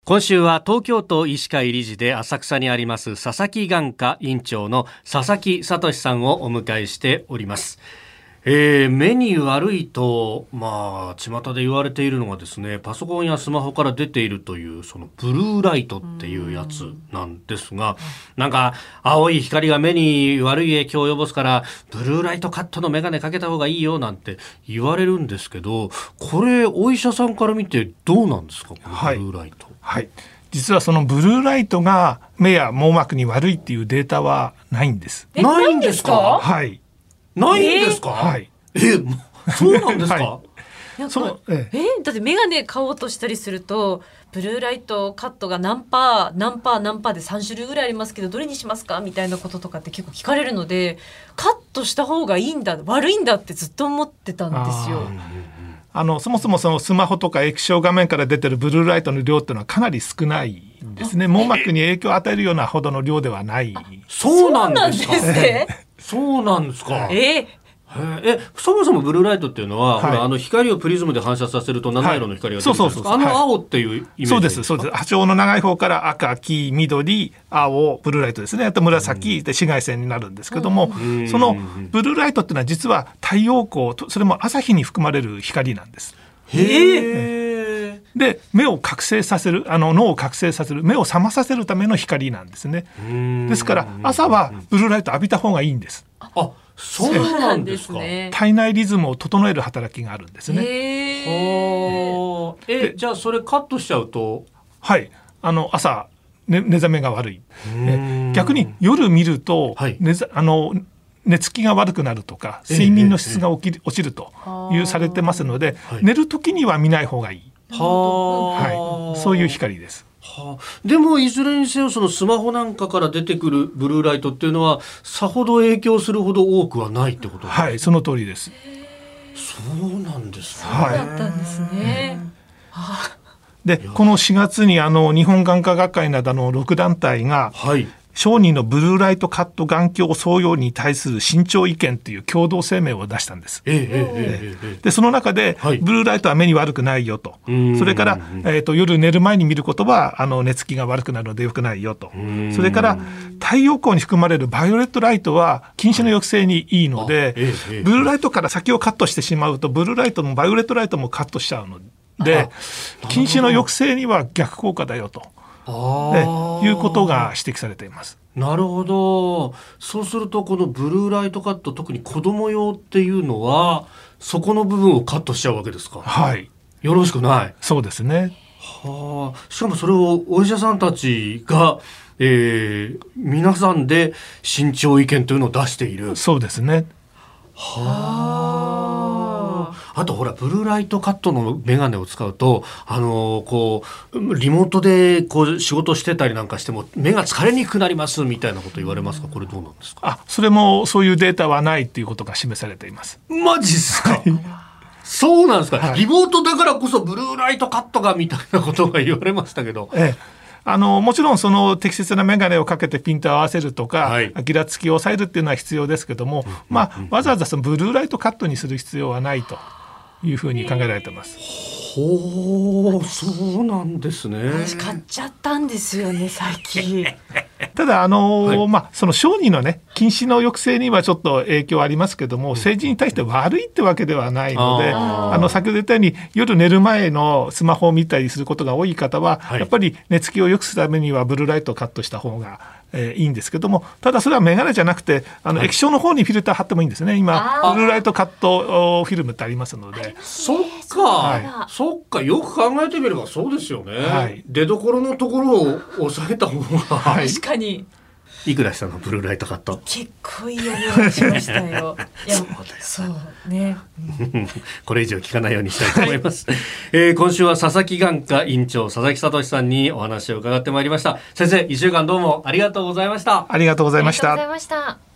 今週は東京都医師会理事で浅草にあります佐々木眼科院長の佐々木聡さんをお迎えしております。目に悪いと巷で言われているのがですね、パソコンやスマホから出ているというそのブルーライトっていうやつなんですが、なんか青い光が目に悪い影響を及ぼすからブルーライトカットのメガネかけた方がいいよなんて言われるんですけど、これお医者さんから見てどうなんですか、このブルーライト。 はい、実はそのブルーライトが目や網膜に悪いっていうデータはないんです。 ないんですか？ はい。 ないんですか？ はい。 そうなんですか？ はい、 だってメガネ買おうとしたりするとブルーライトカットが何パーで3種類ぐらいありますけどどれにしますかみたいなこととかって結構聞かれるので、カットした方がいいんだ悪いんだってずっと思ってたんですよ。 そもそもそのスマホとか液晶画面から出てるブルーライトの量っていうのはかなり少ないんですね。網膜に影響を与えるようなほどの量ではない。 そうなんですか？ そうなんですか？ そもそもブルーライトっていうのは、 はい、 光をプリズムで反射させると七色の光が出るんですか？青っていうイメージですか？ そうです。波長の長い方から赤、黄、緑、青、ブルーライトですね。あと紫で紫外線になるんですけども、そのブルーライトっていうのは実は太陽光、それも朝日に含まれる光なんです。で、目を覚醒させる、脳を覚醒させる、目を覚まさせるための光なんですね。ですから朝はブルーライト浴びた方がいいんです。 そうなんですか？ 体内リズムを整える働きがあるんですね。 じゃあそれカットしちゃうと、 はい、朝、目覚めが悪い。逆に夜見ると、寝つきが悪くなるとか睡眠の質が落ちるとされてますので、寝る時には見ない方がいい。そういう光です。 でもいずれにせよそのスマホなんかから出てくるブルーライトっていうのはさほど影響するほど多くはないってことですか？ はい、その通りです。 そうなんですね。 そうだったんですね。 で、この4月に日本眼科学会などの6団体が、小児のブルーライトカット眼鏡装用に対する慎重意見という共同声明を出したんです。で、その中で、ブルーライトは目に悪くないよと、それから、夜寝る前に見ることは寝つきが悪くなるので良くないよと、それから太陽光に含まれるバイオレットライトは近視の抑制にいいので、ブルーライトから先をカットしてしまうとブルーライトもバイオレットライトもカットしちゃうので、近視の抑制には逆効果だよということが指摘されています。 なるほど。そうするとこのブルーライトカット、特に子供用っていうのはそこの部分をカットしちゃうわけですか？はい。よろしくない。 そうですね。 しかもそれをお医者さんたちが、皆さんで慎重意見というのを出している。 そうですね。 あとほらブルーライトカットのメガネを使うとリモートで仕事してたりなんかしても目が疲れにくくなりますみたいなこと言われますか？これどうなんですか？ それもそういうデータはないっていうことが示されています。 マジっすか？そうなんですか？リモートだからこそブルーライトカットがみたいなことが言われましたけど、 もちろんその適切なメガネをかけてピントを合わせるとか、ギラつきを抑えるっていうのは必要ですけども、わざわざそのブルーライトカットにする必要はないというふうに考えられています。 そうなんですね。 私買っちゃったんですよね最近。 ただその小児のね近視の抑制にはちょっと影響ありますけども、成人に対して悪いってわけではないので、先ほど言ったように夜寝る前のスマホを見たりすることが多い方は、やっぱり寝つきを良くするためにはブルーライトをカットした方がいいんですけども、ただそれはメガネじゃなくて液晶の方にフィルター貼ってもいいんですね。今ブルーライトカットフィルムってありますので。 そっか、よく考えてみればそうですよね。出どころのところを抑えた方が、 確かに。 いくらしたのブルーライトカット？ 結構いいお値段しましたよ。そうね。 これ以上聞かないようにしたいと思います。今週は佐々木眼科院長佐々木聡さんにお話を伺ってまいりました。先生、1週間どうもありがとうございました。 ありがとうございました。 ありがとうございました。